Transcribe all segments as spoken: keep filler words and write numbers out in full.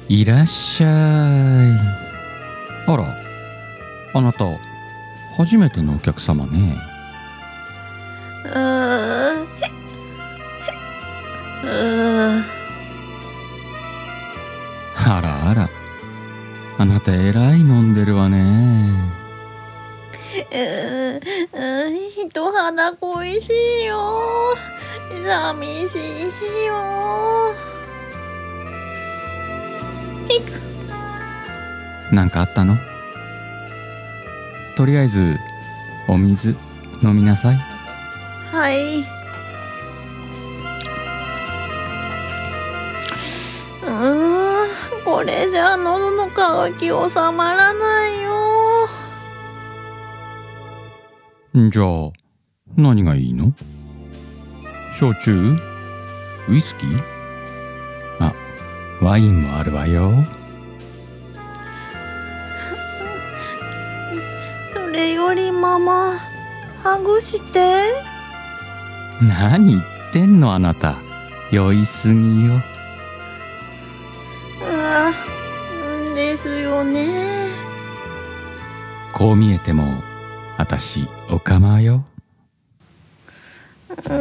いらっしゃい。あら、あなた初めてのお客様ね。 うーんうーんあらあら、あなたえらい飲んでるわね。 うーんうーん人肌恋しいよ。寂しいよ。ひくなんかあったの？とりあえずお水飲みなさい。 はい。うーんこれじゃあ喉の渇き収まらないよ。 じゃあ何がいいの？焼酎？ウイスキー？あ、ワインもあるわよ。 それよりママハグして。 何言ってんのあなた、酔いすぎよ。 ああですよね。 こう見えてもあたしおかまよ。 うー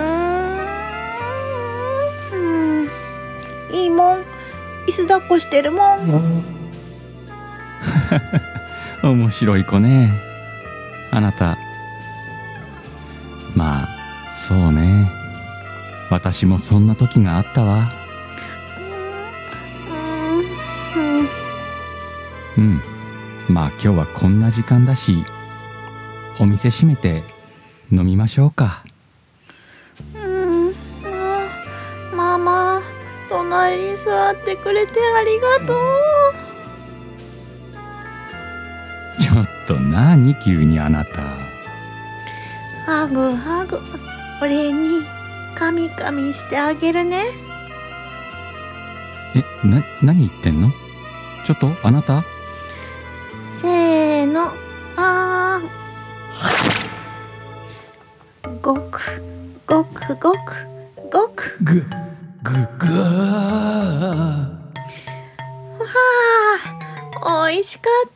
んうんいいもん。椅子抱っこしてるもん。 面白い子ねあなた。まあそうね、私もそんな時があったわ。 うんうんうんまあ今日はこんな時間だし、お店閉めて飲みましょうか。 うんあママ隣に座ってくれてありがとう。 ちょっと何急にあなた。 ハグハグお礼にカミカミしてあげるね。 え、な、何言ってんの？ちょっとあなた。 せーのあーごくごくごくごくぐ、ぐ、ぐー。 はあ美味しかった。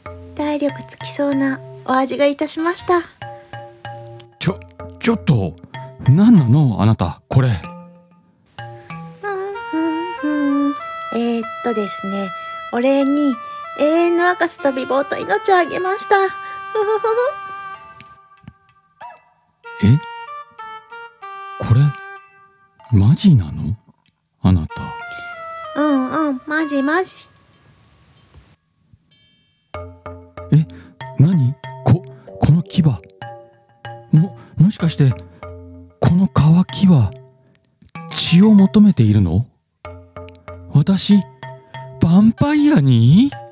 体力つきそうなお味がいたしました。 ちょ、ちょっと何なのあなたこれ。 うんうんうんえー、っとですねお礼に永遠の若さと美貌と命をあげました。ふふふふえ、これマジなのあなた。 うんうんマジマジ。 え、何こ、この牙。も、もしかしてこの乾きは血を求めているの？私ヴァンパイアに？